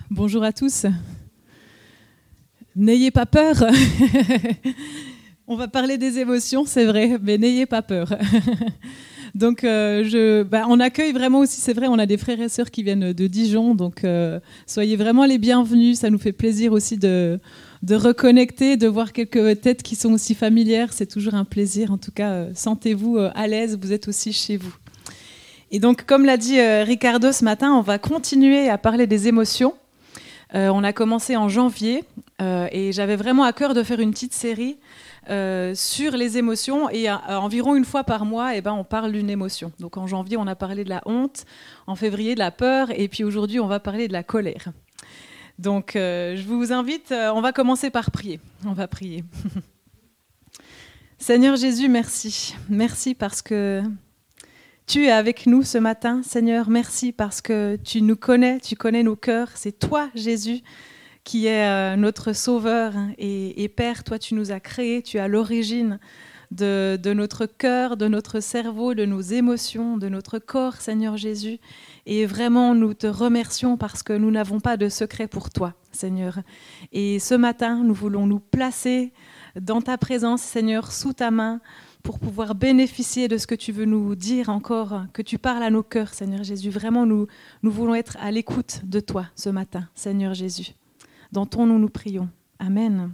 Bonjour à tous. N'ayez pas peur. On va parler des émotions, c'est vrai, mais n'ayez pas peur. Donc, on accueille vraiment aussi, c'est vrai, on a des frères et sœurs qui viennent de Dijon, donc soyez vraiment les bienvenus. Ça nous fait plaisir aussi de reconnecter, de voir quelques têtes qui sont aussi familières. C'est toujours un plaisir. En tout cas, sentez-vous à l'aise, vous êtes aussi chez vous. Et donc, comme l'a dit Ricardo ce matin, on va continuer à parler des émotions. On a commencé en janvier et j'avais vraiment à cœur de faire une petite série sur les émotions. Et environ une fois par mois, on parle d'une émotion. Donc en janvier, on a parlé de la honte, en février de la peur, et puis aujourd'hui, on va parler de la colère. Donc je vous invite, on va commencer par prier. On va prier. Seigneur Jésus, merci. Merci parce que tu es avec nous ce matin, Seigneur. Merci parce que tu nous connais, tu connais nos cœurs. C'est toi, Jésus, qui est notre Sauveur. Et Père, toi, tu nous as créés. Tu es à l'origine de notre cœur, de notre cerveau, de nos émotions, de notre corps, Seigneur Jésus. Et vraiment, nous te remercions parce que nous n'avons pas de secret pour toi, Seigneur. Et ce matin, nous voulons nous placer dans ta présence, Seigneur, sous ta main, pour pouvoir bénéficier de ce que tu veux nous dire encore, que tu parles à nos cœurs, Seigneur Jésus. Vraiment, nous voulons être à l'écoute de toi ce matin, Seigneur Jésus. Dans ton nom, nous prions. Amen.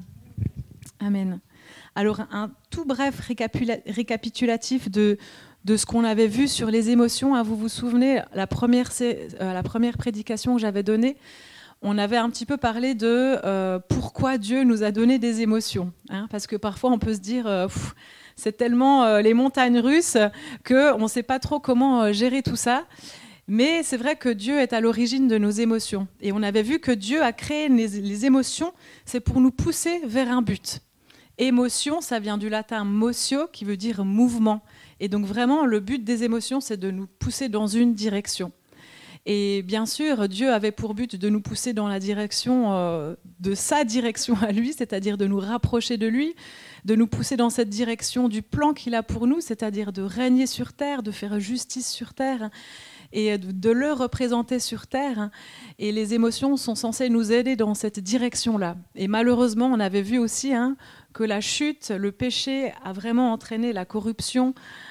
Amen. Alors, un tout bref récapitulatif de ce qu'on avait vu sur les émotions. Vous vous souvenez, la première prédication que j'avais donnée, on avait un petit peu parlé de pourquoi Dieu nous a donné des émotions. Parce que parfois, on peut se dire... c'est tellement les montagnes russes qu'on ne sait pas trop comment gérer tout ça. Mais c'est vrai que Dieu est à l'origine de nos émotions. Et on avait vu que Dieu a créé les émotions, c'est pour nous pousser vers un but. Émotion, ça vient du latin motio, qui veut dire mouvement. Et donc vraiment, le but des émotions, c'est de nous pousser dans une direction. Et bien sûr, Dieu avait pour but de nous pousser dans la direction de sa direction à lui, c'est-à-dire de nous rapprocher de lui, de nous pousser dans cette direction du plan qu'il a pour nous, c'est-à-dire de régner sur terre, de faire justice sur terre et de le représenter sur terre. Et les émotions sont censées nous aider dans cette direction-là. Et malheureusement, on avait vu aussi que la chute, le péché a vraiment entraîné la corruption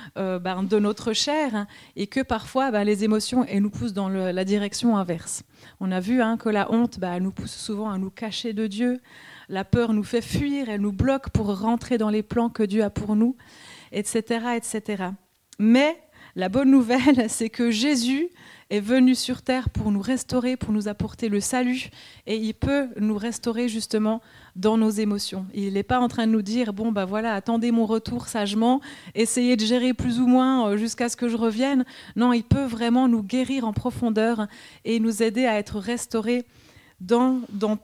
de notre chair et que parfois les émotions elles nous poussent dans la direction inverse. On a vu que la honte elle nous pousse souvent à nous cacher de Dieu. La peur nous fait fuir, elle nous bloque pour rentrer dans les plans que Dieu a pour nous, etc., etc. Mais la bonne nouvelle, c'est que Jésus est venu sur terre pour nous restaurer, pour nous apporter le salut, et il peut nous restaurer justement dans nos émotions. Il n'est pas en train de nous dire « bon, attendez mon retour sagement, essayez de gérer plus ou moins jusqu'à ce que je revienne ». Non, il peut vraiment nous guérir en profondeur et nous aider à être restaurés dans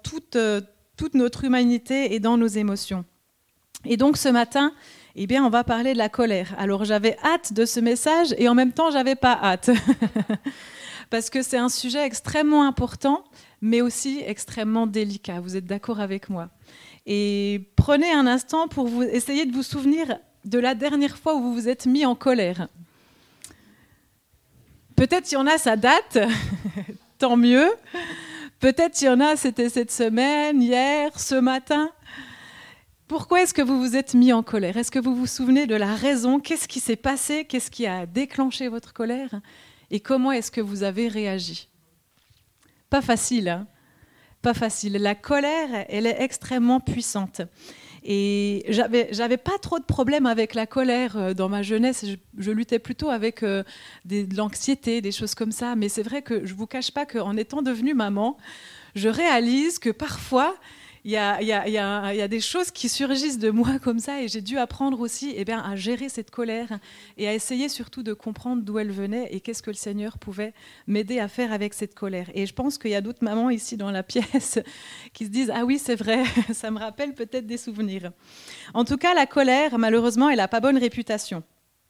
toute notre humanité et dans nos émotions. Et donc ce matin, on va parler de la colère. Alors j'avais hâte de ce message et en même temps, j'avais pas hâte. Parce que c'est un sujet extrêmement important, mais aussi extrêmement délicat. Vous êtes d'accord avec moi? Et prenez un instant pour essayer de vous souvenir de la dernière fois où vous vous êtes mis en colère. Peut-être il y en a, ça date, tant mieux. Peut-être il y en a, c'était cette semaine, hier, ce matin. Pourquoi est-ce que vous vous êtes mis en colère? Est-ce que vous vous souvenez de la raison? Qu'est-ce qui s'est passé? Qu'est-ce qui a déclenché votre colère? Et comment est-ce que vous avez réagi? Pas facile, pas facile. La colère, elle est extrêmement puissante. Et j'avais pas trop de problèmes avec la colère dans ma jeunesse. Je luttais plutôt avec de l'anxiété, des choses comme ça. Mais c'est vrai que je vous cache pas qu'en étant devenue maman, je réalise que parfois il y a des choses qui surgissent de moi comme ça, et j'ai dû apprendre aussi à gérer cette colère et à essayer surtout de comprendre d'où elle venait et qu'est-ce que le Seigneur pouvait m'aider à faire avec cette colère. Et je pense qu'il y a d'autres mamans ici dans la pièce qui se disent « Ah oui, c'est vrai, ça me rappelle peut-être des souvenirs ». En tout cas, la colère, malheureusement, elle n'a pas bonne réputation.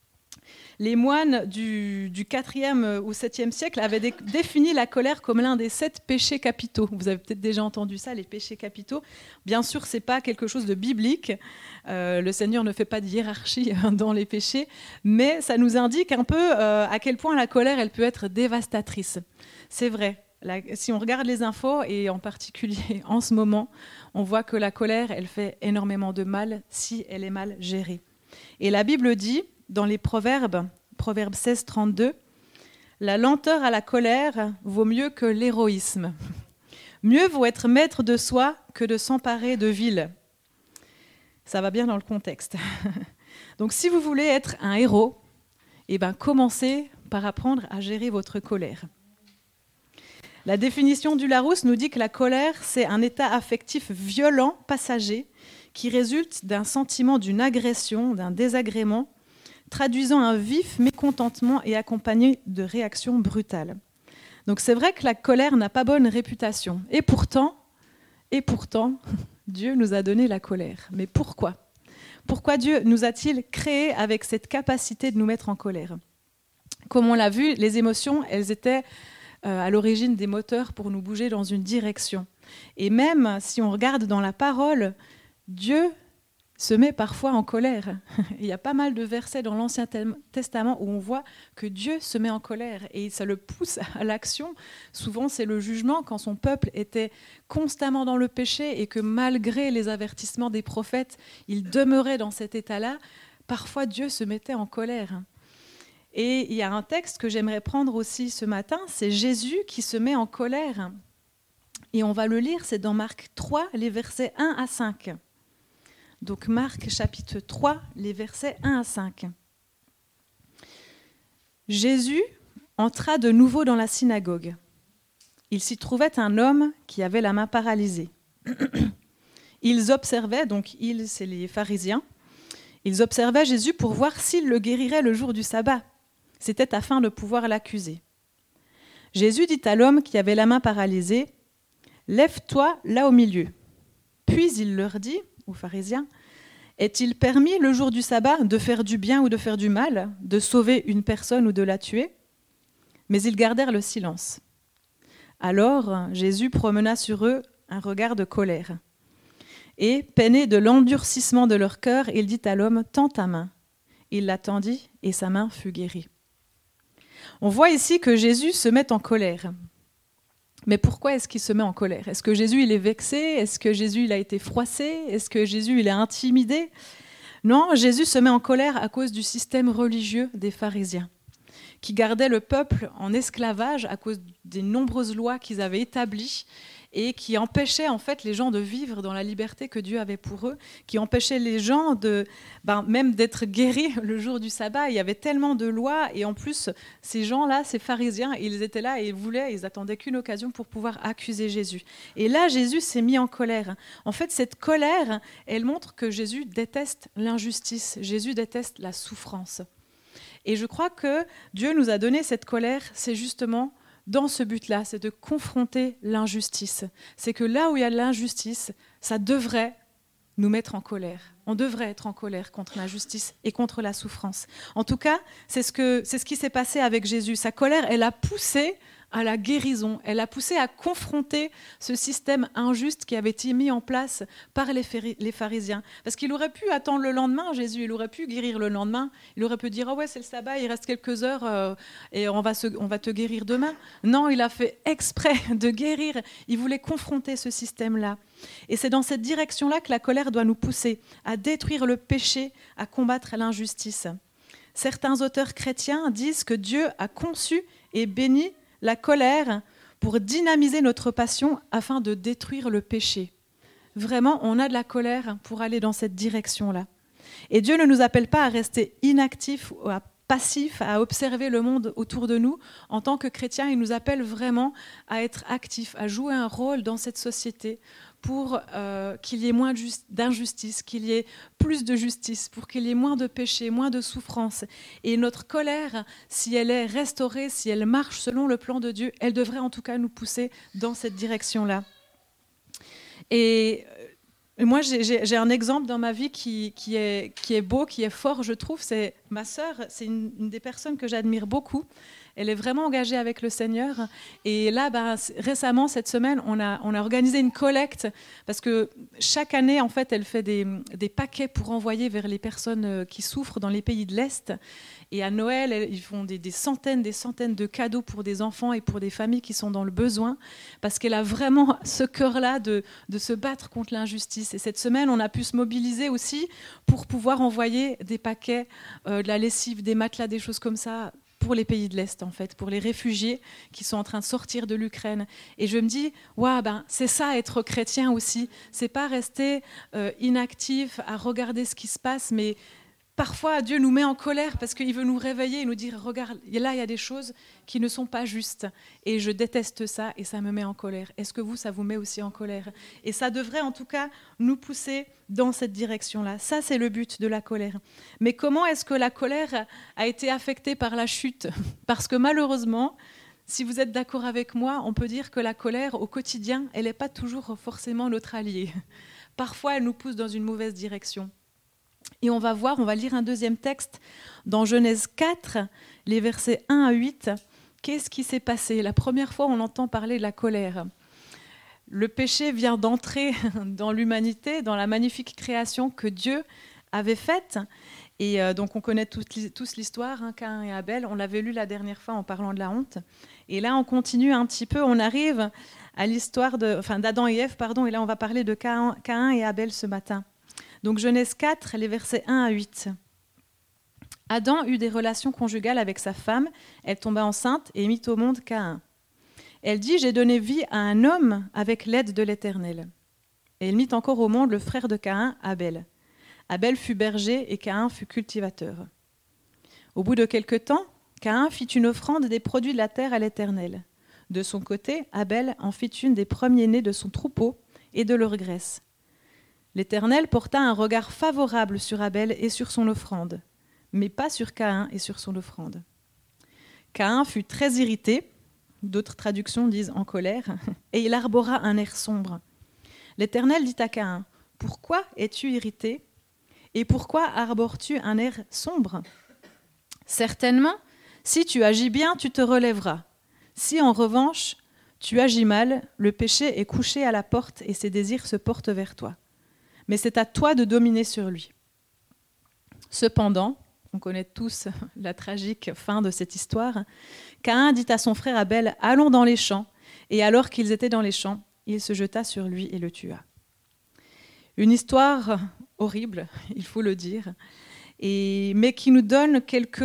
Les moines du 4e ou 7e siècle avaient défini la colère comme l'un des 7 péchés capitaux. Vous avez peut-être déjà entendu ça, les péchés capitaux. Bien sûr, ce n'est pas quelque chose de biblique. Le Seigneur ne fait pas de hiérarchie dans les péchés, mais ça nous indique un peu à quel point la colère elle peut être dévastatrice. C'est vrai. Si on regarde les infos, et en particulier en ce moment, on voit que la colère, elle fait énormément de mal si elle est mal gérée. Et la Bible dit, dans les Proverbes 16, 32, « La lenteur à la colère vaut mieux que l'héroïsme. Mieux vaut être maître de soi que de s'emparer de villes. » Ça va bien dans le contexte. Donc si vous voulez être un héros, commencez par apprendre à gérer votre colère. La définition du Larousse nous dit que la colère, c'est un état affectif violent, passager, qui résulte d'un sentiment, d'une agression, d'un désagrément, traduisant un vif mécontentement et accompagné de réactions brutales. Donc c'est vrai que la colère n'a pas bonne réputation. Et pourtant, Dieu nous a donné la colère. Mais pourquoi ? Pourquoi Dieu nous a-t-il créés avec cette capacité de nous mettre en colère ? Comme on l'a vu, les émotions, elles étaient à l'origine des moteurs pour nous bouger dans une direction. Et même si on regarde dans la parole, Dieu se met parfois en colère. Il y a pas mal de versets dans l'Ancien Testament où on voit que Dieu se met en colère et ça le pousse à l'action. Souvent, c'est le jugement quand son peuple était constamment dans le péché et que malgré les avertissements des prophètes, il demeurait dans cet état-là. Parfois, Dieu se mettait en colère. Et il y a un texte que j'aimerais prendre aussi ce matin, c'est Jésus qui se met en colère. Et on va le lire, c'est dans Marc 3, les versets 1 à 5. Donc Marc chapitre 3, les versets 1 à 5. Jésus entra de nouveau dans la synagogue. Il s'y trouvait un homme qui avait la main paralysée. Ils observaient, donc ils, c'est les pharisiens, ils observaient Jésus pour voir s'il le guérirait le jour du sabbat. C'était afin de pouvoir l'accuser. Jésus dit à l'homme qui avait la main paralysée, « Lève-toi là au milieu. » Puis il leur dit, aux pharisiens, « Est-il permis le jour du sabbat de faire du bien ou de faire du mal, de sauver une personne ou de la tuer ?» Mais ils gardèrent le silence. Alors Jésus promena sur eux un regard de colère. Et, peiné de l'endurcissement de leur cœur, il dit à l'homme, « Tends ta main. » Il la tendit et sa main fut guérie. On voit ici que Jésus se met en colère. Mais pourquoi est-ce qu'il se met en colère ? Est-ce que Jésus il est vexé ? Est-ce que Jésus il a été froissé ? Est-ce que Jésus il est intimidé ? Non, Jésus se met en colère à cause du système religieux des pharisiens, qui gardaient le peuple en esclavage à cause des nombreuses lois qu'ils avaient établies et qui empêchaient en fait les gens de vivre dans la liberté que Dieu avait pour eux, qui empêchaient les gens même d'être guéris le jour du sabbat. Il y avait tellement de lois et en plus, ces gens-là, ces pharisiens, ils étaient là et ils attendaient qu'une occasion pour pouvoir accuser Jésus. Et là, Jésus s'est mis en colère. En fait, cette colère, elle montre que Jésus déteste l'injustice, Jésus déteste la souffrance. Et je crois que Dieu nous a donné cette colère, c'est justement dans ce but-là, c'est de confronter l'injustice. C'est que là où il y a de l'injustice, ça devrait nous mettre en colère. On devrait être en colère contre l'injustice et contre la souffrance. En tout cas, c'est ce qui s'est passé avec Jésus. Sa colère, elle a poussé à la guérison. Elle a poussé à confronter ce système injuste qui avait été mis en place par les pharisiens. Parce qu'il aurait pu attendre le lendemain, Jésus, il aurait pu guérir le lendemain. Il aurait pu dire « Ah ouais, c'est le sabbat, il reste quelques heures et on va te guérir demain. » Non, il a fait exprès de guérir. Il voulait confronter ce système-là. Et c'est dans cette direction-là que la colère doit nous pousser à détruire le péché, à combattre l'injustice. Certains auteurs chrétiens disent que Dieu a conçu et béni la colère pour dynamiser notre passion afin de détruire le péché. Vraiment, on a de la colère pour aller dans cette direction-là. Et Dieu ne nous appelle pas à rester inactifs ou à passifs, à observer le monde autour de nous. En tant que chrétiens, il nous appelle vraiment à être actifs, à jouer un rôle dans cette société pour qu'il y ait moins d'injustice, qu'il y ait plus de justice, pour qu'il y ait moins de péché, moins de souffrance. Et notre colère, si elle est restaurée, si elle marche selon le plan de Dieu, elle devrait en tout cas nous pousser dans cette direction-là. Et moi, j'ai un exemple dans ma vie qui est beau, qui est fort, je trouve. C'est ma sœur, c'est une des personnes que j'admire beaucoup. elle est vraiment engagée avec le Seigneur. Et là, récemment, cette semaine, on a organisé une collecte parce que chaque année, en fait, elle fait des paquets pour envoyer vers les personnes qui souffrent dans les pays de l'Est. Et à Noël, ils font des centaines de cadeaux pour des enfants et pour des familles qui sont dans le besoin, parce qu'elle a vraiment ce cœur-là de se battre contre l'injustice. Et cette semaine, on a pu se mobiliser aussi pour pouvoir envoyer des paquets, de la lessive, des matelas, des choses comme ça, pour les pays de l'Est, en fait, pour les réfugiés qui sont en train de sortir de l'Ukraine. Et je me dis, c'est ça être chrétien aussi. C'est pas rester inactif à regarder ce qui se passe, mais parfois, Dieu nous met en colère parce qu'il veut nous réveiller et nous dire « Regarde, là, il y a des choses qui ne sont pas justes. Et je déteste ça et ça me met en colère. » Est-ce que ça vous met aussi en colère? Et ça devrait en tout cas nous pousser dans cette direction-là. Ça, c'est le but de la colère. Mais comment est-ce que la colère a été affectée par la chute? Parce que malheureusement, si vous êtes d'accord avec moi, on peut dire que la colère, au quotidien, elle n'est pas toujours forcément notre allié. Parfois, elle nous pousse dans une mauvaise direction. Et on va lire un deuxième texte dans Genèse 4, les versets 1 à 8. Qu'est-ce qui s'est passé? La première fois, on entend parler de la colère. Le péché vient d'entrer dans l'humanité, dans la magnifique création que Dieu avait faite. Et donc, on connaît tous l'histoire, Caïn et Abel. On l'avait lu la dernière fois en parlant de la honte. Et là, on continue un petit peu. On arrive à l'histoire d'Adam et Ève, et là, on va parler de Caïn et Abel ce matin. Donc Genèse 4, les versets 1 à 8. Adam eut des relations conjugales avec sa femme, elle tomba enceinte et mit au monde Caïn. Elle dit « J'ai donné vie à un homme avec l'aide de l'Éternel. » Et elle mit encore au monde le frère de Caïn, Abel. Abel fut berger et Caïn fut cultivateur. Au bout de quelque temps, Caïn fit une offrande des produits de la terre à l'Éternel. De son côté, Abel en fit une des premiers-nés de son troupeau et de leur graisse. L'Éternel porta un regard favorable sur Abel et sur son offrande, mais pas sur Caïn et sur son offrande. Caïn fut très irrité, d'autres traductions disent en colère, et il arbora un air sombre. L'Éternel dit à Caïn, « Pourquoi es-tu irrité et pourquoi arbores-tu un air sombre ? Certainement, si tu agis bien, tu te relèveras. Si en revanche, tu agis mal, le péché est couché à la porte et ses désirs se portent vers toi. Mais c'est à toi de dominer sur lui. » Cependant, on connaît tous la tragique fin de cette histoire, Caïn dit à son frère Abel « Allons dans les champs ». Et alors qu'ils étaient dans les champs, il se jeta sur lui et le tua. Une histoire horrible, il faut le dire, mais qui nous donne quelques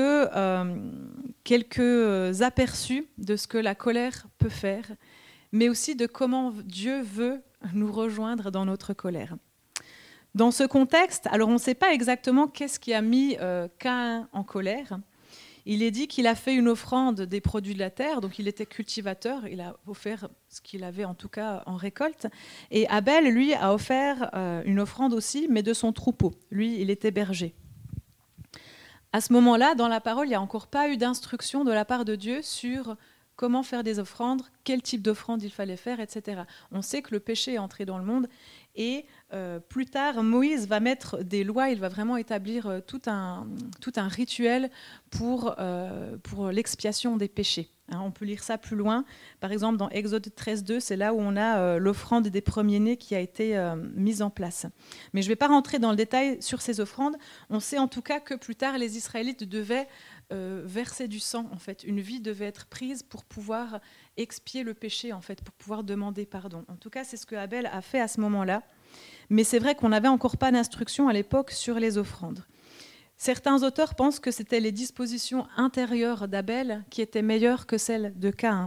aperçus de ce que la colère peut faire, mais aussi de comment Dieu veut nous rejoindre dans notre colère. Dans ce contexte, alors on ne sait pas exactement qu'est-ce qui a mis Caïn en colère. Il est dit qu'il a fait une offrande des produits de la terre, donc il était cultivateur, il a offert ce qu'il avait en tout cas en récolte. Et Abel, lui, a offert une offrande aussi, mais de son troupeau. Lui, il était berger. À ce moment-là, dans la parole, il n'y a encore pas eu d'instruction de la part de Dieu sur comment faire des offrandes, quel type d'offrande il fallait faire, etc. On sait que le péché est entré dans le monde et plus tard, Moïse va mettre des lois, il va vraiment établir tout un rituel pour l'expiation des péchés. On peut lire ça plus loin. Par exemple, dans Exode 13.2, c'est là où on a l'offrande des premiers-nés qui a été mise en place. Mais je ne vais pas rentrer dans le détail sur ces offrandes. On sait en tout cas que plus tard, les Israélites devaient verser du sang. En fait. Une vie devait être prise pour pouvoir expier le péché, en fait, pour pouvoir demander pardon. En tout cas, c'est ce que Abel a fait à ce moment-là. Mais c'est vrai qu'on n'avait encore pas d'instruction à l'époque sur les offrandes. Certains auteurs pensent que c'était les dispositions intérieures d'Abel qui étaient meilleures que celles de Caïn.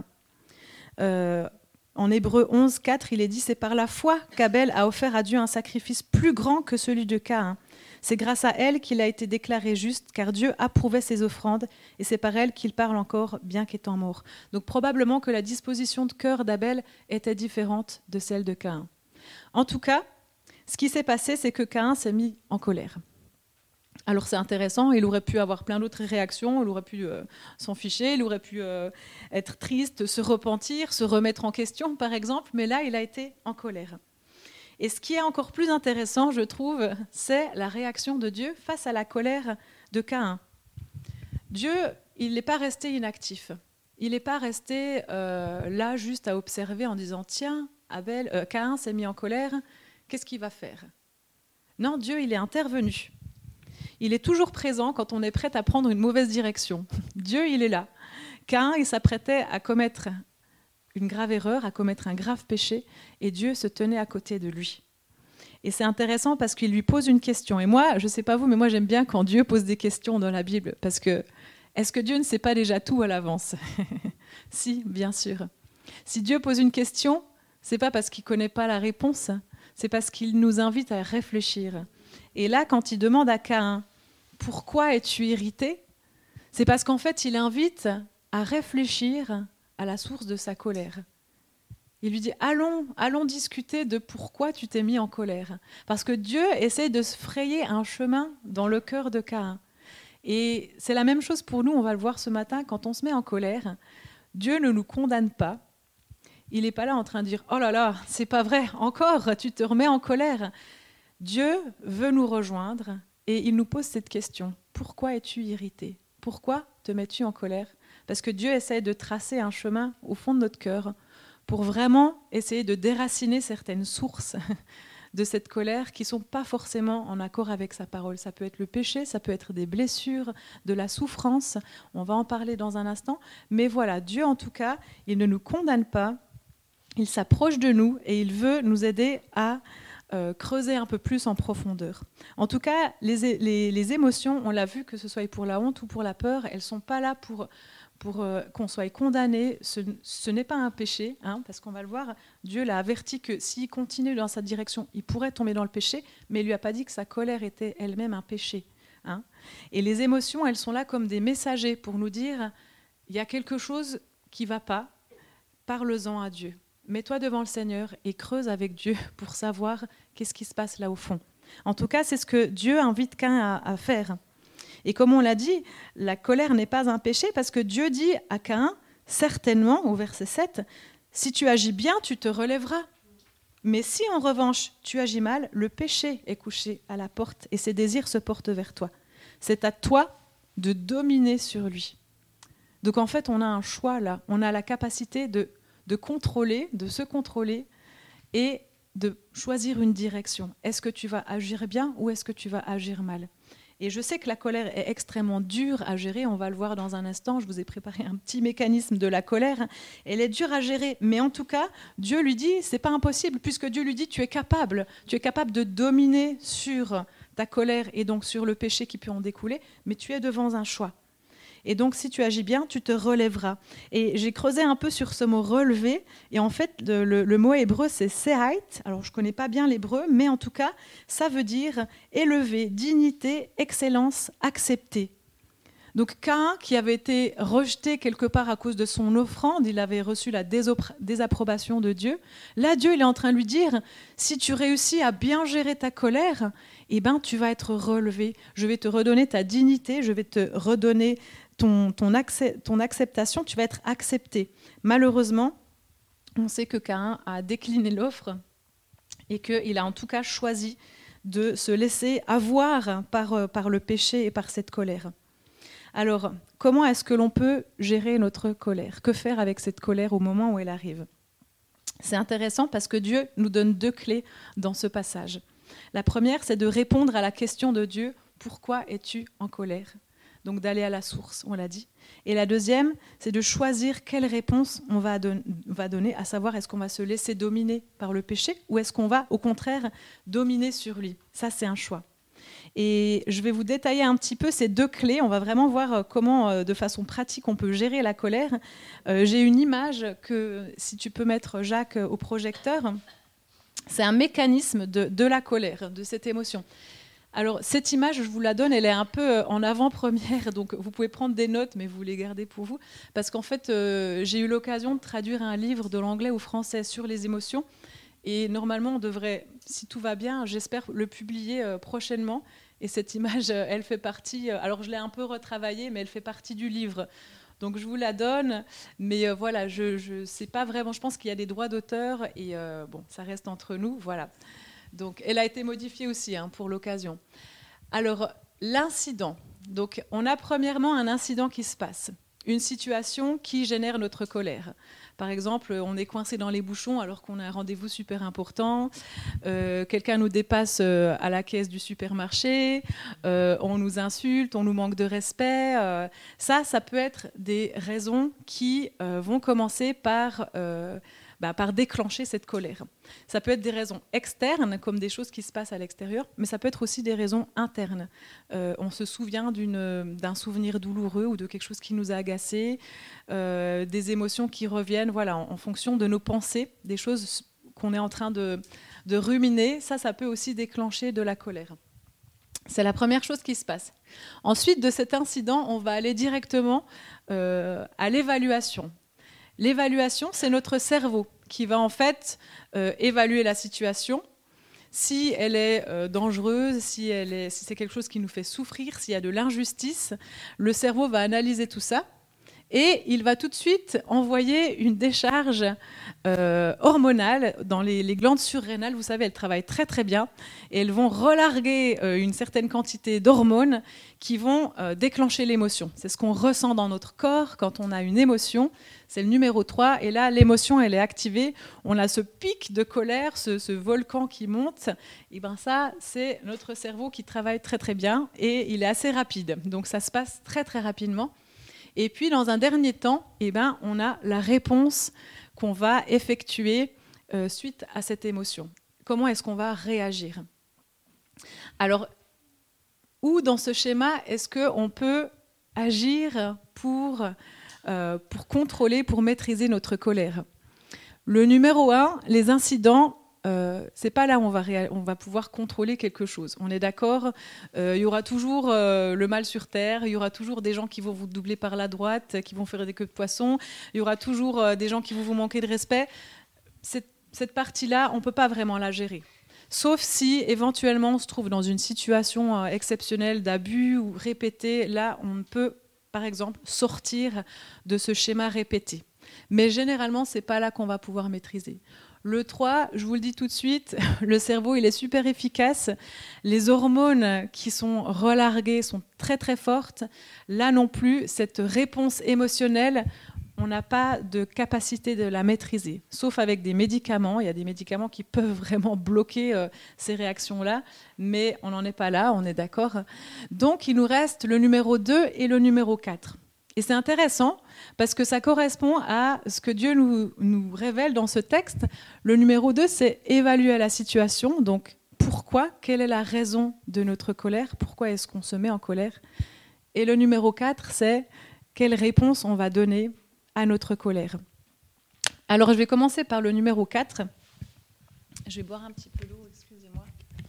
En Hébreux 11.4, il est dit « C'est par la foi qu'Abel a offert à Dieu un sacrifice plus grand que celui de Caïn. C'est grâce à elle qu'il a été déclaré juste, car Dieu approuvait ses offrandes, et c'est par elle qu'il parle encore, bien qu'étant mort. » Donc probablement que la disposition de cœur d'Abel était différente de celle de Caïn. En tout cas, ce qui s'est passé, c'est que Caïn s'est mis en colère. Alors c'est intéressant, il aurait pu avoir plein d'autres réactions, il aurait pu s'en ficher, il aurait pu être triste, se repentir, se remettre en question par exemple, mais là il a été en colère. Et ce qui est encore plus intéressant, je trouve, c'est la réaction de Dieu face à la colère de Caïn. Dieu, il n'est pas resté inactif. il n'est pas resté là juste à observer en disant « Tiens, Caïn s'est mis en colère, qu'est-ce qu'il va faire ?» Non, Dieu, il est intervenu. Il est toujours présent quand on est prêt à prendre une mauvaise direction. Dieu, il est là. Caïn, il s'apprêtait à commettre une grave erreur, à commettre un grave péché, et Dieu se tenait à côté de lui. Et c'est intéressant parce qu'il lui pose une question. Et moi, je ne sais pas vous, mais moi j'aime bien quand Dieu pose des questions dans la Bible, parce que est-ce que Dieu ne sait pas déjà tout à l'avance? Si, bien sûr. Si Dieu pose une question, c'est pas parce qu'il ne connaît pas la réponse, c'est parce qu'il nous invite à réfléchir. Et là, quand il demande à Caïn « Pourquoi es-tu irrité ?» c'est parce qu'en fait, il invite à réfléchir à la source de sa colère. Il lui dit « Allons discuter de pourquoi tu t'es mis en colère. » Parce que Dieu essaie de se frayer un chemin dans le cœur de Caïn. Et c'est la même chose pour nous, on va le voir ce matin, quand on se met en colère, Dieu ne nous condamne pas. Il n'est pas là en train de dire « Oh là là, c'est pas vrai, encore, tu te remets en colère. » Dieu veut nous rejoindre et il nous pose cette question. Pourquoi es-tu irrité? Pourquoi te mets-tu en colère? Parce que Dieu essaie de tracer un chemin au fond de notre cœur pour vraiment essayer de déraciner certaines sources de cette colère qui ne sont pas forcément en accord avec sa parole. Ça peut être le péché, ça peut être des blessures, de la souffrance. On va en parler dans un instant. Mais voilà, Dieu en tout cas, il ne nous condamne pas. Il s'approche de nous et il veut nous aider à creuser un peu plus en profondeur. En tout cas, les émotions, on l'a vu, que ce soit pour la honte ou pour la peur, elles ne sont pas là pour qu'on soit condamné. Ce n'est pas un péché, parce qu'on va le voir, Dieu l'a averti que s'il continue dans sa direction, il pourrait tomber dans le péché, mais il ne lui a pas dit que sa colère était elle-même un péché. Et les émotions, elles sont là comme des messagers pour nous dire, il y a quelque chose qui ne va pas, parle-en à Dieu. Mets-toi devant le Seigneur et creuse avec Dieu pour savoir qu'est-ce qui se passe là au fond. En tout cas, c'est ce que Dieu invite Caïn à faire. Et comme on l'a dit, la colère n'est pas un péché parce que Dieu dit à Caïn, certainement, au verset 7, « Si tu agis bien, tu te relèveras. Mais si en revanche tu agis mal, le péché est couché à la porte et ses désirs se portent vers toi. C'est à toi de dominer sur lui. » Donc en fait, on a un choix là. On a la capacité de contrôler, de se contrôler et de choisir une direction. Est-ce que tu vas agir bien ou est-ce que tu vas agir mal? Et je sais que la colère est extrêmement dure à gérer, on va le voir dans un instant, je vous ai préparé un petit mécanisme de la colère. Elle est dure à gérer, mais en tout cas, Dieu lui dit, c'est pas impossible, puisque Dieu lui dit, tu es capable de dominer sur ta colère et donc sur le péché qui peut en découler, mais tu es devant un choix. Et donc, si tu agis bien, tu te relèveras. Et j'ai creusé un peu sur ce mot « relever ». Et en fait, le mot hébreu, c'est « se'ait ». Alors, je ne connais pas bien l'hébreu, mais en tout cas, ça veut dire « élever, dignité, excellence, accepter ». Donc, Caïn, qui avait été rejeté quelque part à cause de son offrande, il avait reçu la désapprobation de Dieu. Là, Dieu, il est en train de lui dire « si tu réussis à bien gérer ta colère, eh ben, tu vas être relevé. Je vais te redonner ta dignité, je vais te redonner ton acceptation, tu vas être accepté. » Malheureusement, on sait que Caïn a décliné l'offre et qu'il a en tout cas choisi de se laisser avoir par le péché et par cette colère. Alors, comment est-ce que l'on peut gérer notre colère? Que faire avec cette colère au moment où elle arrive? C'est intéressant parce que Dieu nous donne 2 clés dans ce passage. La première, c'est de répondre à la question de Dieu, « Pourquoi es-tu en colère ?» Donc d'aller à la source, on l'a dit. Et la deuxième, c'est de choisir quelle réponse on va donner, à savoir est-ce qu'on va se laisser dominer par le péché ou est-ce qu'on va au contraire dominer sur lui. Ça, c'est un choix. Et je vais vous détailler un petit peu ces 2 clés. On va vraiment voir comment, de façon pratique, on peut gérer la colère. J'ai une image que, si tu peux mettre Jacques au projecteur, c'est un mécanisme de la colère, de cette émotion. Alors, cette image, je vous la donne, elle est un peu en avant-première, donc vous pouvez prendre des notes, mais vous les gardez pour vous, parce qu'en fait, j'ai eu l'occasion de traduire un livre de l'anglais au français sur les émotions, et normalement, on devrait, si tout va bien, j'espère le publier prochainement, et cette image, elle fait partie, alors je l'ai un peu retravaillée, mais elle fait partie du livre. Donc je vous la donne, mais voilà, je sais pas vraiment, je pense qu'il y a des droits d'auteur, et bon, ça reste entre nous, voilà. Donc, elle a été modifiée aussi pour l'occasion. Alors, l'incident. Donc, on a premièrement un incident qui se passe. une situation qui génère notre colère. Par exemple, on est coincé dans les bouchons alors qu'on a un rendez-vous super important, quelqu'un nous dépasse à la caisse du supermarché, on nous insulte, on nous manque de respect. Ça peut être des raisons qui vont commencer par déclencher cette colère. Ça peut être des raisons externes, comme des choses qui se passent à l'extérieur, mais ça peut être aussi des raisons internes. On se souvient d'un souvenir douloureux ou de quelque chose qui nous a agacés, des émotions qui reviennent en fonction de nos pensées, des choses qu'on est en train de ruminer. Ça peut aussi déclencher de la colère. C'est la première chose qui se passe. Ensuite, de cet incident, on va aller directement à l'évaluation. L'évaluation, c'est notre cerveau qui va en fait évaluer la situation. Si elle est dangereuse, si c'est quelque chose qui nous fait souffrir, s'il y a de l'injustice, le cerveau va analyser tout ça et il va tout de suite envoyer une décharge hormonale dans les glandes surrénales. Vous savez, elles travaillent très très bien et elles vont relarguer une certaine quantité d'hormones qui vont déclencher l'émotion. C'est ce qu'on ressent dans notre corps quand on a une émotion. C'est le numéro 3 et là, l'émotion, elle est activée. On a ce pic de colère, ce volcan qui monte. Et ça, c'est notre cerveau qui travaille très très bien et il est assez rapide. Donc ça se passe très très rapidement. Et puis, dans un dernier temps, on a la réponse qu'on va effectuer suite à cette émotion. Comment est-ce qu'on va réagir ? Alors, où dans ce schéma est-ce qu'on peut agir pour contrôler, pour maîtriser notre colère ? Le numéro 1, les incidents. C'est pas là où on va pouvoir contrôler quelque chose. On est d'accord, il y aura toujours le mal sur terre, il y aura toujours des gens qui vont vous doubler par la droite, qui vont faire des queues de poisson, il y aura toujours des gens qui vont vous manquer de respect. Cette partie-là, on ne peut pas vraiment la gérer. Sauf si, éventuellement, on se trouve dans une situation exceptionnelle d'abus ou répété. Là, on peut, par exemple, sortir de ce schéma répété. Mais généralement, ce n'est pas là qu'on va pouvoir maîtriser. Le 3, je vous le dis tout de suite, le cerveau, il est super efficace. Les hormones qui sont relarguées sont très très fortes. Là non plus, cette réponse émotionnelle, on n'a pas de capacité de la maîtriser, sauf avec des médicaments. Il y a des médicaments qui peuvent vraiment bloquer ces réactions-là, mais on n'en est pas là, on est d'accord. Donc il nous reste le numéro 2 et le numéro 4. Et c'est intéressant parce que ça correspond à ce que Dieu nous révèle dans ce texte. Le numéro 2, c'est évaluer la situation. Donc, pourquoi ? Quelle est la raison de notre colère ? Pourquoi est-ce qu'on se met en colère ? Et le numéro 4, c'est quelle réponse on va donner à notre colère. Alors, je vais commencer par le numéro 4. Je vais boire un petit peu d'eau, excusez-moi.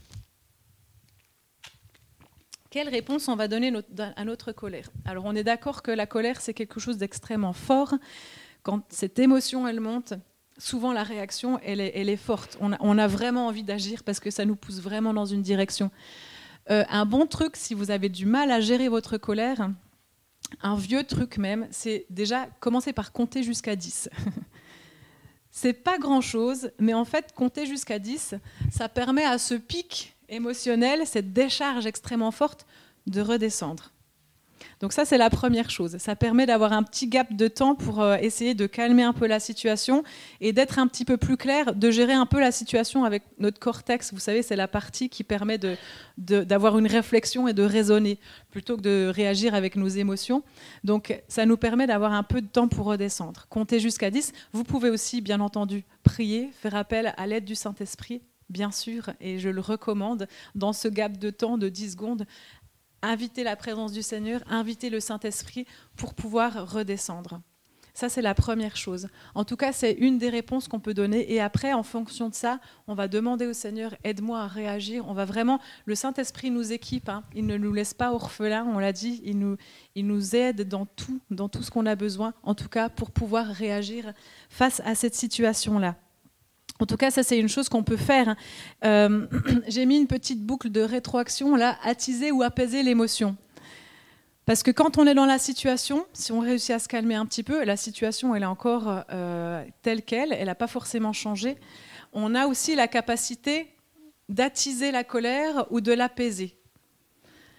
Quelle réponse on va donner à notre colère ? Alors, on est d'accord que la colère, c'est quelque chose d'extrêmement fort. Quand cette émotion, elle monte, souvent la réaction, elle est forte. On a vraiment envie d'agir parce que ça nous pousse vraiment dans une direction. Un bon truc, si vous avez du mal à gérer votre colère, un vieux truc même, c'est déjà commencer par compter jusqu'à 10. C'est pas grand-chose, mais en fait, compter jusqu'à 10, ça permet à ce pic émotionnel, cette décharge extrêmement forte, de redescendre. Donc ça, c'est la première chose. Ça permet d'avoir un petit gap de temps pour essayer de calmer un peu la situation et d'être un petit peu plus clair, de gérer un peu la situation avec notre cortex. Vous savez, c'est la partie qui permet d'avoir une réflexion et de raisonner plutôt que de réagir avec nos émotions. Donc ça nous permet d'avoir un peu de temps pour redescendre. Comptez jusqu'à 10. Vous pouvez aussi, bien entendu, prier, faire appel à l'aide du Saint-Esprit, bien sûr, et je le recommande, dans ce gap de temps de 10 secondes, inviter la présence du Seigneur, inviter le Saint-Esprit pour pouvoir redescendre. Ça, c'est la première chose. En tout cas, c'est une des réponses qu'on peut donner. Et après, en fonction de ça, on va demander au Seigneur, aide-moi à réagir. On va vraiment, le Saint-Esprit nous équipe, hein. Il ne nous laisse pas orphelins, on l'a dit. Il nous aide dans tout ce qu'on a besoin, en tout cas, pour pouvoir réagir face à cette situation-là. En tout cas, ça, c'est une chose qu'on peut faire. J'ai mis une petite boucle de rétroaction, là, attiser ou apaiser l'émotion. Parce que quand on est dans la situation, si on réussit à se calmer un petit peu, la situation, elle est encore telle qu'elle, elle n'a pas forcément changé. On a aussi la capacité d'attiser la colère ou de l'apaiser.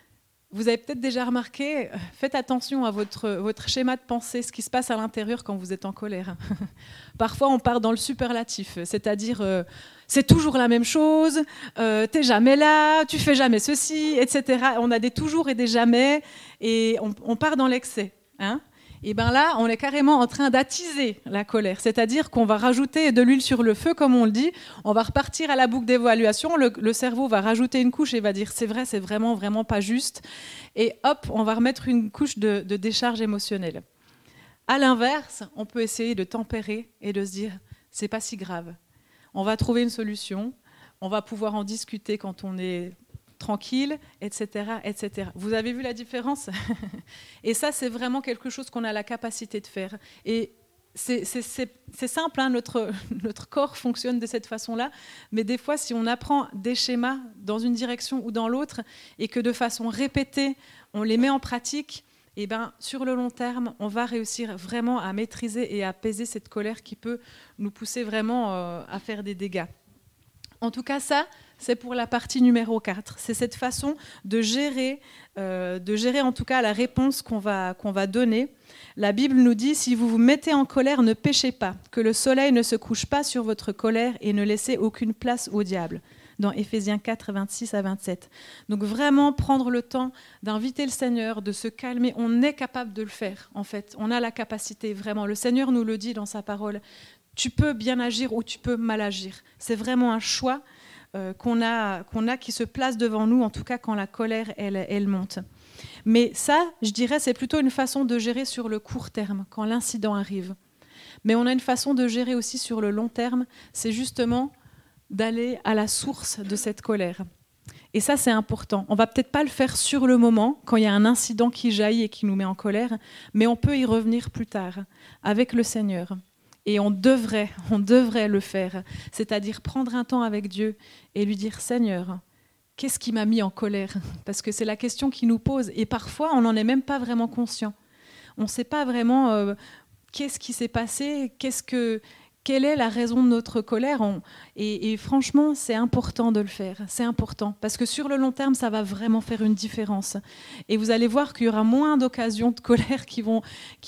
Vous avez peut-être déjà remarqué, faites attention à votre schéma de pensée, ce qui se passe à l'intérieur quand vous êtes en colère. Parfois, on part dans le superlatif, c'est-à-dire c'est toujours la même chose, t'es jamais là, tu fais jamais ceci, etc. On a des toujours et des jamais, et on part dans l'excès. Hein. Et bien là, on est carrément en train d'attiser la colère, c'est-à-dire qu'on va rajouter de l'huile sur le feu, comme on le dit, on va repartir à la boucle d'évaluation, le cerveau va rajouter une couche et va dire c'est vrai, c'est vraiment, vraiment pas juste, et hop, on va remettre une couche de décharge émotionnelle. À l'inverse, on peut essayer de tempérer et de se dire c'est pas si grave, on va trouver une solution, on va pouvoir en discuter quand on est tranquille, etc., etc. Vous avez vu la différence? Et ça, c'est vraiment quelque chose qu'on a la capacité de faire. Et c'est simple, hein, notre corps fonctionne de cette façon-là, mais des fois, si on apprend des schémas dans une direction ou dans l'autre, et que de façon répétée, on les met en pratique, et ben, sur le long terme, on va réussir vraiment à maîtriser et à apaiser cette colère qui peut nous pousser vraiment à faire des dégâts. En tout cas, ça, c'est pour la partie numéro 4. C'est cette façon de gérer en tout cas la réponse qu'on va donner. La Bible nous dit, si vous vous mettez en colère, ne péchez pas, que le soleil ne se couche pas sur votre colère et ne laissez aucune place au diable. Dans Éphésiens 4, 26 à 27. Donc vraiment prendre le temps d'inviter le Seigneur, de se calmer. On est capable de le faire, en fait. On a la capacité, vraiment. Le Seigneur nous le dit dans sa parole. Tu peux bien agir ou tu peux mal agir. C'est vraiment un choix qu'on a qui se place devant nous, en tout cas quand la colère, elle monte. Mais ça, je dirais, c'est plutôt une façon de gérer sur le court terme, quand l'incident arrive. Mais on a une façon de gérer aussi sur le long terme, c'est justement d'aller à la source de cette colère. Et ça, c'est important. On ne va peut-être pas le faire sur le moment, quand il y a un incident qui jaillit et qui nous met en colère, mais on peut y revenir plus tard, avec le Seigneur. Et on devrait le faire, c'est-à-dire prendre un temps avec Dieu et lui dire « Seigneur, qu'est-ce qui m'a mis en colère ?» Parce que c'est la question qu'il nous pose. Et parfois, on n'en est même pas vraiment conscient. On ne sait pas vraiment qu'est-ce qui s'est passé, quelle est la raison de notre colère. Et franchement, c'est important de le faire. C'est important. Parce que sur le long terme, ça va vraiment faire une différence. Et vous allez voir qu'il y aura moins d'occasions de colère qui vont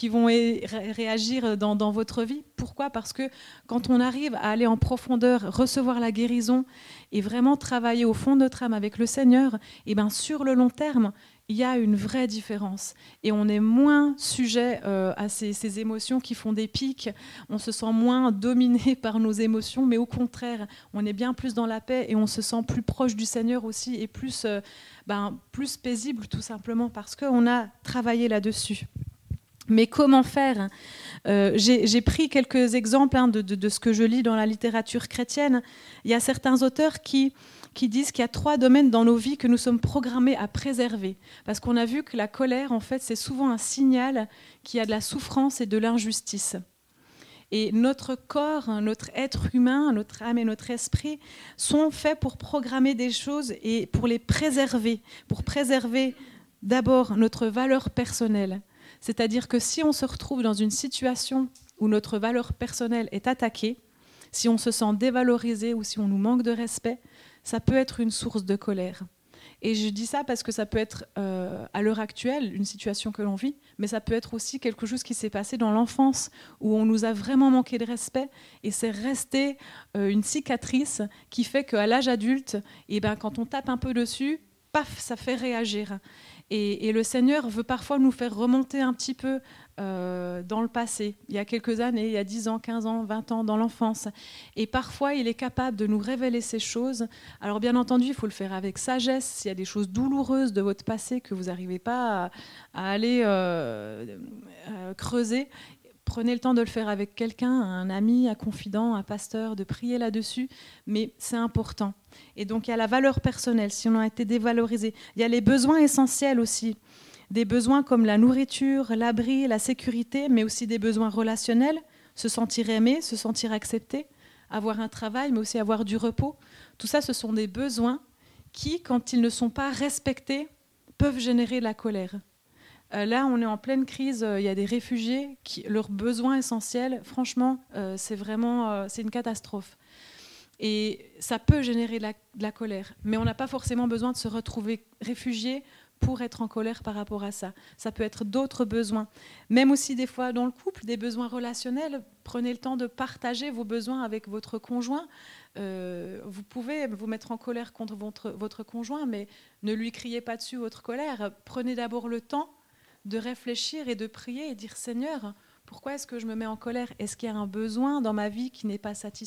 réagir dans votre vie. Pourquoi ? Parce que quand on arrive à aller en profondeur, recevoir la guérison et vraiment travailler au fond de notre âme avec le Seigneur, et bien sur le long terme, il y a une vraie différence. Et on est moins sujet à ces émotions qui font des pics. On se sent moins dominé par nos émotions, mais au contraire, on est bien plus dans la paix et on se sent plus proche du Seigneur aussi et plus paisible tout simplement parce qu'on a travaillé là-dessus. Mais comment faire ? J'ai pris quelques exemples de ce que je lis dans la littérature chrétienne. Il y a certains auteurs qui disent qu'il y a 3 domaines dans nos vies que nous sommes programmés à préserver. Parce qu'on a vu que la colère, en fait, c'est souvent un signal qu'il y a de la souffrance et de l'injustice. Et notre corps, notre être humain, notre âme et notre esprit sont faits pour programmer des choses et pour les préserver. Pour préserver d'abord notre valeur personnelle. C'est-à-dire que si on se retrouve dans une situation où notre valeur personnelle est attaquée, si on se sent dévalorisé ou si on nous manque de respect, ça peut être une source de colère. Et je dis ça parce que ça peut être, à l'heure actuelle, une situation que l'on vit, mais ça peut être aussi quelque chose qui s'est passé dans l'enfance, où on nous a vraiment manqué de respect, et c'est resté une cicatrice qui fait qu'à l'âge adulte, quand on tape un peu dessus, paf, ça fait réagir. Et le Seigneur veut parfois nous faire remonter un petit peu dans le passé, il y a quelques années, il y a 10 ans, 15 ans, 20 ans, dans l'enfance. Et parfois, il est capable de nous révéler ces choses. Alors bien entendu, il faut le faire avec sagesse. S'il y a des choses douloureuses de votre passé que vous n'arrivez pas à aller creuser, prenez le temps de le faire avec quelqu'un, un ami, un confident, un pasteur, de prier là-dessus, mais c'est important. Et donc il y a la valeur personnelle, si on a été dévalorisé. Il y a les besoins essentiels aussi, des besoins comme la nourriture, l'abri, la sécurité, mais aussi des besoins relationnels, se sentir aimé, se sentir accepté, avoir un travail, mais aussi avoir du repos. Tout ça, ce sont des besoins qui, quand ils ne sont pas respectés, peuvent générer de la colère. Là, on est en pleine crise, il y a des réfugiés, leurs besoins essentiels, franchement, c'est une catastrophe. Et ça peut générer de la colère, mais on n'a pas forcément besoin de se retrouver réfugié pour être en colère par rapport à ça. Ça peut être d'autres besoins. Même aussi des fois dans le couple, des besoins relationnels. Prenez le temps de partager vos besoins avec votre conjoint. Vous pouvez vous mettre en colère contre votre conjoint, mais ne lui criez pas dessus votre colère. Prenez d'abord le temps de réfléchir et de prier et dire « Seigneur, pourquoi est-ce que je me mets en colère? Est-ce qu'il y a un besoin dans ma vie qui n'est pas satisfait ?»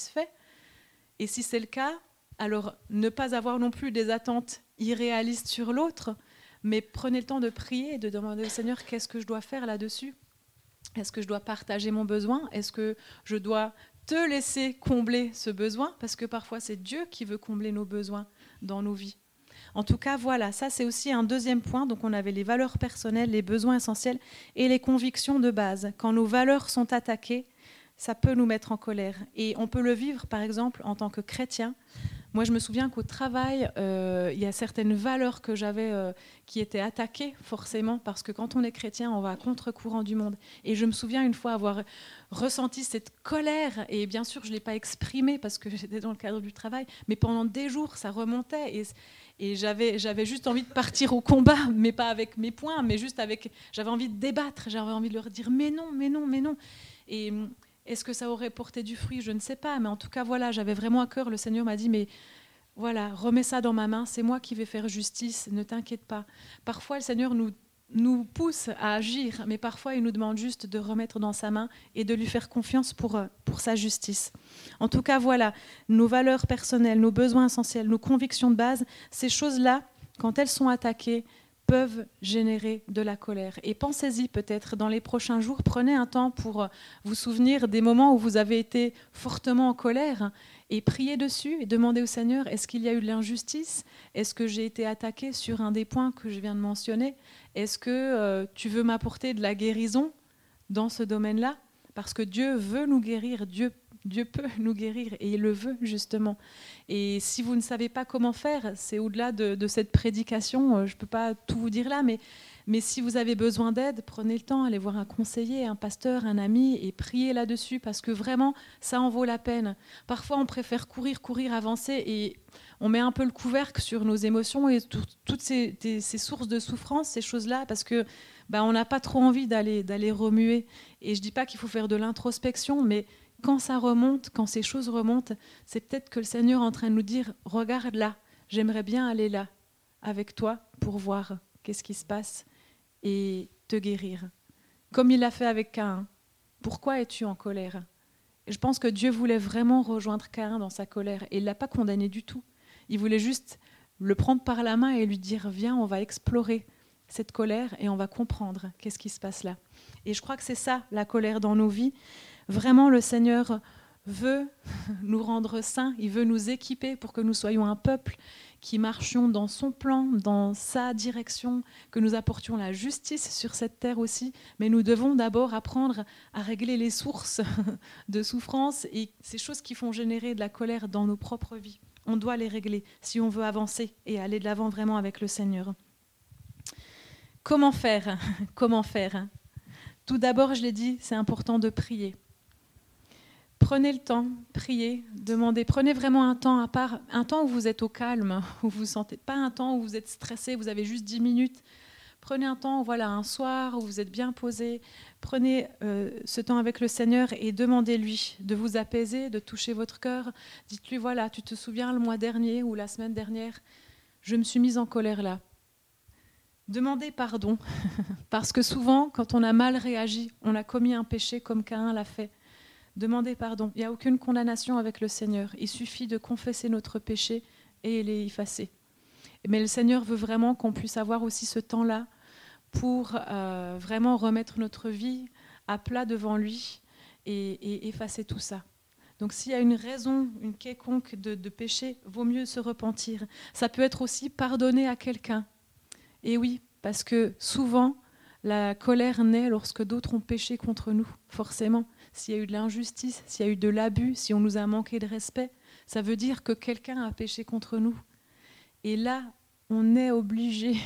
Et si c'est le cas, alors ne pas avoir non plus des attentes irréalistes sur l'autre, mais prenez le temps de prier et de demander au Seigneur qu'est-ce que je dois faire là-dessus. Est-ce que je dois partager mon besoin? Est-ce que je dois te laisser combler ce besoin? Parce que parfois c'est Dieu qui veut combler nos besoins dans nos vies. En tout cas, voilà, ça c'est aussi un deuxième point. Donc on avait les valeurs personnelles, les besoins essentiels et les convictions de base. Quand nos valeurs sont attaquées, ça peut nous mettre en colère. Et on peut le vivre, par exemple, en tant que chrétien. Moi, je me souviens qu'au travail, il y a certaines valeurs que j'avais qui étaient attaquées, forcément, parce que quand on est chrétien, on va à contre-courant du monde. Et je me souviens une fois avoir ressenti cette colère, et bien sûr, je ne l'ai pas exprimée parce que j'étais dans le cadre du travail, mais pendant des jours, ça remontait, et j'avais juste envie de partir au combat, mais pas avec mes poings, mais juste avec... J'avais envie de débattre, j'avais envie de leur dire « mais non, mais non, mais non ». Et est-ce que ça aurait porté du fruit? Je ne sais pas, mais en tout cas, voilà, j'avais vraiment à cœur. Le Seigneur m'a dit, mais voilà, remets ça dans ma main, c'est moi qui vais faire justice, ne t'inquiète pas. Parfois, le Seigneur nous pousse à agir, mais parfois, il nous demande juste de remettre dans sa main et de lui faire confiance pour sa justice. En tout cas, voilà, nos valeurs personnelles, nos besoins essentiels, nos convictions de base, ces choses-là, quand elles sont attaquées, peuvent générer de la colère. Et pensez-y peut-être dans les prochains jours, prenez un temps pour vous souvenir des moments où vous avez été fortement en colère et priez dessus et demandez au Seigneur, est-ce qu'il y a eu de l'injustice? Est-ce que j'ai été attaqué sur un des points que je viens de mentionner? Est-ce que tu veux m'apporter de la guérison dans ce domaine-là? Parce que Dieu veut nous guérir, Dieu peut nous guérir et il le veut justement. Et si vous ne savez pas comment faire, c'est au-delà de cette prédication, je ne peux pas tout vous dire là, mais si vous avez besoin d'aide, prenez le temps, allez voir un conseiller, un pasteur, un ami et priez là-dessus parce que vraiment, ça en vaut la peine. Parfois, on préfère courir, avancer et on met un peu le couvercle sur nos émotions et toutes ces sources de souffrance, ces choses-là, parce que on n'a pas trop envie d'aller remuer. Et je ne dis pas qu'il faut faire de l'introspection, mais quand ça remonte, quand ces choses remontent, c'est peut-être que le Seigneur est en train de nous dire « Regarde là, j'aimerais bien aller là avec toi pour voir qu'est-ce qui se passe et te guérir. » Comme il l'a fait avec Caïn. Pourquoi es-tu en colère? Et je pense que Dieu voulait vraiment rejoindre Caïn dans sa colère et il ne l'a pas condamné du tout. Il voulait juste le prendre par la main et lui dire « Viens, on va explorer cette colère et on va comprendre qu'est-ce qui se passe là. » Et je crois que c'est ça, la colère dans nos vies. Vraiment, le Seigneur veut nous rendre saints, il veut nous équiper pour que nous soyons un peuple qui marchions dans son plan, dans sa direction, que nous apportions la justice sur cette terre aussi. Mais nous devons d'abord apprendre à régler les sources de souffrance et ces choses qui font générer de la colère dans nos propres vies. On doit les régler si on veut avancer et aller de l'avant vraiment avec le Seigneur. Comment faire? Comment faire? Tout d'abord, je l'ai dit, c'est important de prier. Prenez le temps, priez, demandez. Prenez vraiment un temps à part, un temps où vous êtes au calme, où vous sentez pas un temps où vous êtes stressé, vous avez juste 10 minutes. Prenez un temps, voilà, un soir où vous êtes bien posé. Prenez ce temps avec le Seigneur et demandez-lui de vous apaiser, de toucher votre cœur. Dites-lui, voilà, tu te souviens le mois dernier ou la semaine dernière, je me suis mise en colère là. Demandez pardon, parce que souvent, quand on a mal réagi, on a commis un péché comme Caïn l'a fait. Demandez pardon. Il n'y a aucune condamnation avec le Seigneur. Il suffit de confesser notre péché et il est effacé. Mais le Seigneur veut vraiment qu'on puisse avoir aussi ce temps-là pour vraiment remettre notre vie à plat devant lui et effacer tout ça. Donc s'il y a une raison, une quelconque de péché, vaut mieux se repentir. Ça peut être aussi pardonner à quelqu'un. Et oui, parce que souvent, la colère naît lorsque d'autres ont péché contre nous, forcément. S'il y a eu de l'injustice, s'il y a eu de l'abus, si on nous a manqué de respect, ça veut dire que quelqu'un a péché contre nous. Et là, on est obligé,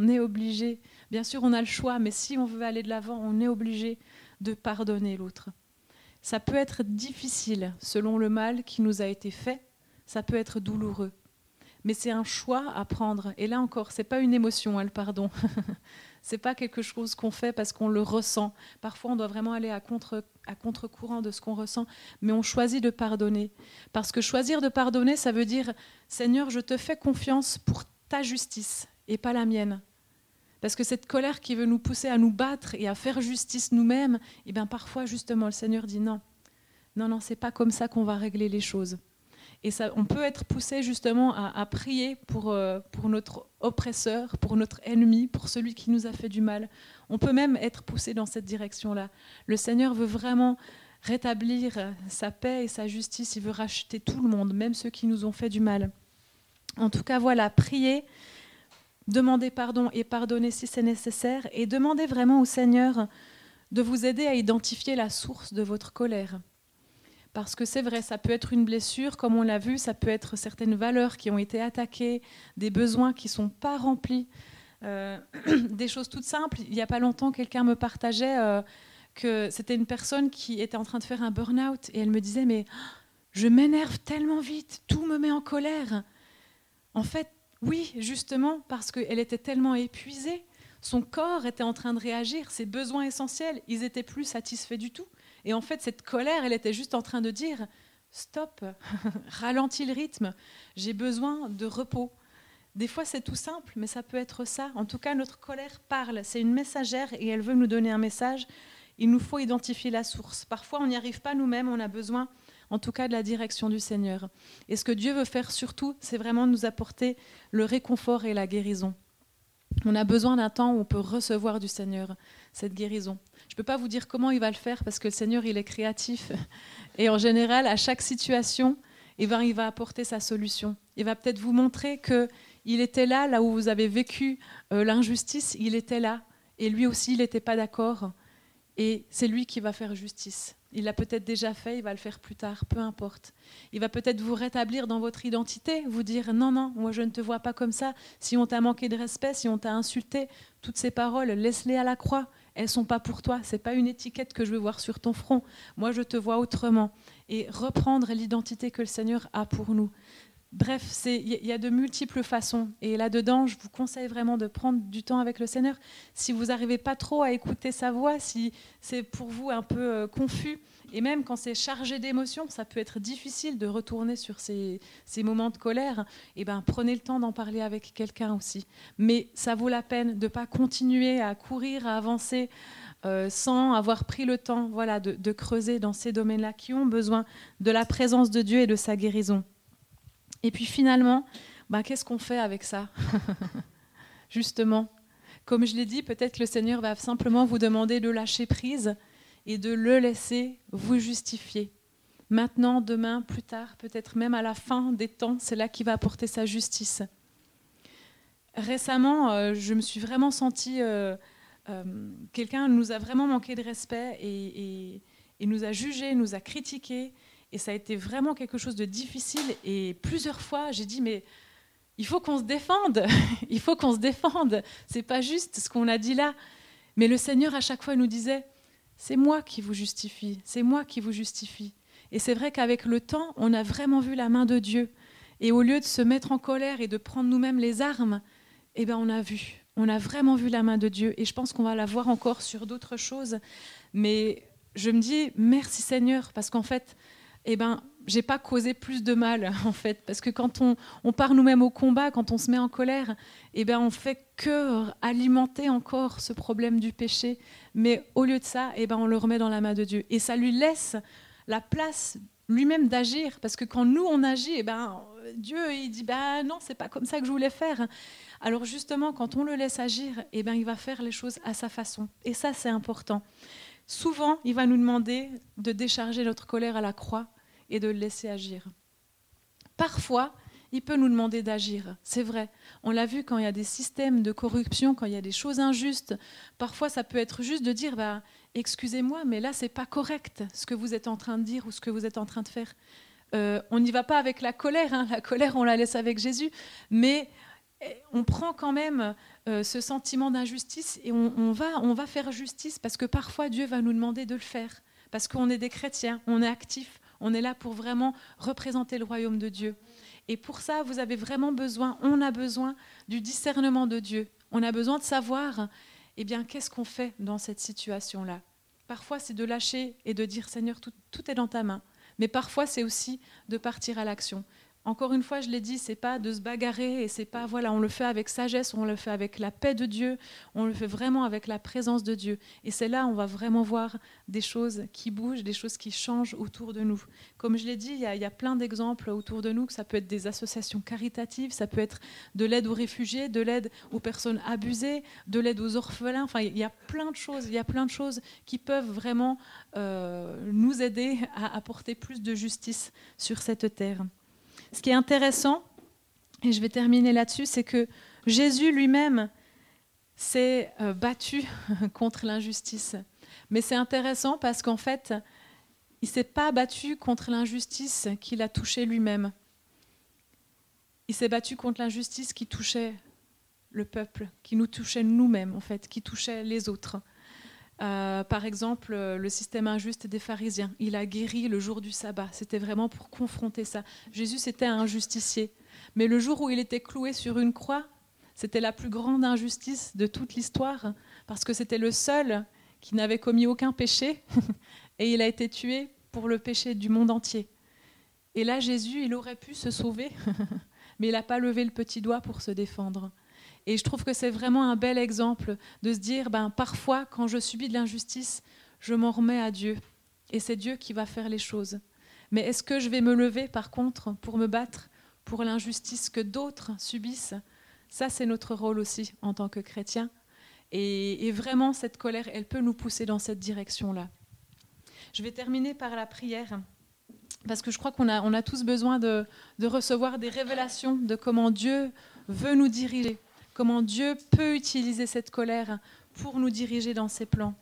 bien sûr on a le choix, mais si on veut aller de l'avant, on est obligé de pardonner l'autre. Ça peut être difficile selon le mal qui nous a été fait, ça peut être douloureux. mais c'est un choix à prendre. Et là encore, c'est pas une émotion, le pardon. C'est pas quelque chose qu'on fait parce qu'on le ressent. Parfois, on doit vraiment aller à contre-courant de ce qu'on ressent, mais on choisit de pardonner. Parce que choisir de pardonner, ça veut dire « Seigneur, je te fais confiance pour ta justice et pas la mienne ». Parce que cette colère qui veut nous pousser à nous battre et à faire justice nous-mêmes, et bien parfois, justement, le Seigneur dit « Non, non, non, c'est pas comme ça qu'on va régler les choses ». Et ça, on peut être poussé justement à prier pour notre oppresseur, pour notre ennemi, pour celui qui nous a fait du mal. On peut même être poussé dans cette direction-là. Le Seigneur veut vraiment rétablir sa paix et sa justice. Il veut racheter tout le monde, même ceux qui nous ont fait du mal. En tout cas, voilà, prier, demander pardon et pardonner si c'est nécessaire, et demander vraiment au Seigneur de vous aider à identifier la source de votre colère. Parce que c'est vrai, ça peut être une blessure, comme on l'a vu, ça peut être certaines valeurs qui ont été attaquées, des besoins qui ne sont pas remplis, des choses toutes simples. Il n'y a pas longtemps, quelqu'un me partageait que c'était une personne qui était en train de faire un burn-out et elle me disait « mais je m'énerve tellement vite, tout me met en colère ». En fait, oui, justement, parce qu'elle était tellement épuisée, son corps était en train de réagir, ses besoins essentiels, ils n'étaient plus satisfaits du tout. Et en fait, cette colère, elle était juste en train de dire « Stop, ralentis le rythme, j'ai besoin de repos ». Des fois, c'est tout simple, mais ça peut être ça. En tout cas, notre colère parle, c'est une messagère et elle veut nous donner un message. Il nous faut identifier la source. Parfois, on n'y arrive pas nous-mêmes, on a besoin, en tout cas, de la direction du Seigneur. Et ce que Dieu veut faire surtout, c'est vraiment nous apporter le réconfort et la guérison. On a besoin d'un temps où on peut recevoir du Seigneur cette guérison. Je ne peux pas vous dire comment il va le faire parce que le Seigneur, il est créatif. Et en général, à chaque situation, il va apporter sa solution. Il va peut-être vous montrer qu'il était là où vous avez vécu l'injustice, il était là. Et lui aussi, il n'était pas d'accord. Et c'est lui qui va faire justice. Il l'a peut-être déjà fait, il va le faire plus tard, peu importe. Il va peut-être vous rétablir dans votre identité, vous dire « Non, non, moi je ne te vois pas comme ça. Si on t'a manqué de respect, si on t'a insulté, toutes ces paroles, laisse-les à la croix. Elles ne sont pas pour toi. Ce n'est pas une étiquette que je veux voir sur ton front. Moi, je te vois autrement. » Et reprendre l'identité que le Seigneur a pour nous. Bref, il y a de multiples façons. Et là-dedans, je vous conseille vraiment de prendre du temps avec le Seigneur. Si vous n'arrivez pas trop à écouter sa voix, si c'est pour vous un peu confus, et même quand c'est chargé d'émotions, ça peut être difficile de retourner sur ces moments de colère, et ben, prenez le temps d'en parler avec quelqu'un aussi. Mais ça vaut la peine de ne pas continuer à courir, à avancer sans avoir pris le temps de creuser dans ces domaines-là qui ont besoin de la présence de Dieu et de sa guérison. Et puis finalement, qu'est-ce qu'on fait avec ça? Justement, comme je l'ai dit, peut-être que le Seigneur va simplement vous demander de lâcher prise et de le laisser vous justifier. Maintenant, demain, plus tard, peut-être même à la fin des temps, c'est là qu'il va apporter sa justice. Récemment, je me suis vraiment sentie... quelqu'un nous a vraiment manqué de respect et nous a jugés, nous a critiqués. Et ça a été vraiment quelque chose de difficile. Et plusieurs fois, j'ai dit, mais il faut qu'on se défende. Il faut qu'on se défende. C'est pas juste ce qu'on a dit là. Mais le Seigneur, à chaque fois, nous disait, c'est moi qui vous justifie. C'est moi qui vous justifie. Et c'est vrai qu'avec le temps, on a vraiment vu la main de Dieu. Et au lieu de se mettre en colère et de prendre nous-mêmes les armes, eh ben, on a vu. On a vraiment vu la main de Dieu. Et je pense qu'on va la voir encore sur d'autres choses. Mais je me dis, merci Seigneur, parce qu'en fait, j'ai pas causé plus de mal en fait, parce que quand on part nous-mêmes au combat, quand on se met en colère, on fait que alimenter encore ce problème du péché, mais au lieu de ça, on le remet dans la main de Dieu et ça lui laisse la place lui-même d'agir, parce que quand nous on agit, Dieu il dit non, c'est pas comme ça que je voulais faire. Alors justement, quand on le laisse agir, il va faire les choses à sa façon, et ça c'est important. Souvent, il va nous demander de décharger notre colère à la croix et de le laisser agir. Parfois, il peut nous demander d'agir, c'est vrai. On l'a vu quand il y a des systèmes de corruption, quand il y a des choses injustes. Parfois, ça peut être juste de dire excusez-moi, mais là, c'est pas correct ce que vous êtes en train de dire ou ce que vous êtes en train de faire. On n'y va pas avec la colère, hein. La colère, on la laisse avec Jésus, mais on prend quand même ce sentiment d'injustice et on va faire justice parce que parfois Dieu va nous demander de le faire, parce qu'on est des chrétiens, on est actifs, On est là pour vraiment représenter le royaume de Dieu. Et pour ça, vous avez vraiment besoin, on a besoin du discernement de Dieu. On a besoin de savoir, eh bien, qu'est-ce qu'on fait dans cette situation-là. Parfois, c'est de lâcher et de dire, Seigneur, tout est dans ta main. Mais parfois, c'est aussi de partir à l'action. Encore une fois, je l'ai dit, c'est pas de se bagarrer et c'est pas, voilà, on le fait avec sagesse, on le fait avec la paix de Dieu, on le fait vraiment avec la présence de Dieu. Et c'est là, on va vraiment voir des choses qui bougent, des choses qui changent autour de nous. Comme je l'ai dit, il y a plein d'exemples autour de nous, que ça peut être des associations caritatives, ça peut être de l'aide aux réfugiés, de l'aide aux personnes abusées, de l'aide aux orphelins. Enfin, il y a plein de choses qui peuvent vraiment nous aider à apporter plus de justice sur cette terre. Ce qui est intéressant, et je vais terminer là-dessus, c'est que Jésus lui-même s'est battu contre l'injustice. Mais c'est intéressant parce qu'en fait, il ne s'est pas battu contre l'injustice qu'il a touchée lui-même. Il s'est battu contre l'injustice qui touchait le peuple, qui nous touchait nous-mêmes, en fait, qui touchait les autres. Par exemple, le système injuste des pharisiens. Il a guéri le jour du sabbat. C'était vraiment pour confronter ça. Jésus, c'était un justicier. Mais le jour où il était cloué sur une croix, c'était la plus grande injustice de toute l'histoire, parce que c'était le seul qui n'avait commis aucun péché, et il a été tué pour le péché du monde entier. Et là, Jésus, il aurait pu se sauver, mais il n'a pas levé le petit doigt pour se défendre. Et je trouve que c'est vraiment un bel exemple de se dire, parfois, quand je subis de l'injustice, je m'en remets à Dieu. Et c'est Dieu qui va faire les choses. Mais est-ce que je vais me lever, par contre, pour me battre pour l'injustice que d'autres subissent ? Ça, c'est notre rôle aussi en tant que chrétiens. Et vraiment, cette colère, elle peut nous pousser dans cette direction-là. Je vais terminer par la prière, parce que je crois qu'on a tous besoin de recevoir des révélations de comment Dieu veut nous diriger. Comment Dieu peut utiliser cette colère pour nous diriger dans ses plans.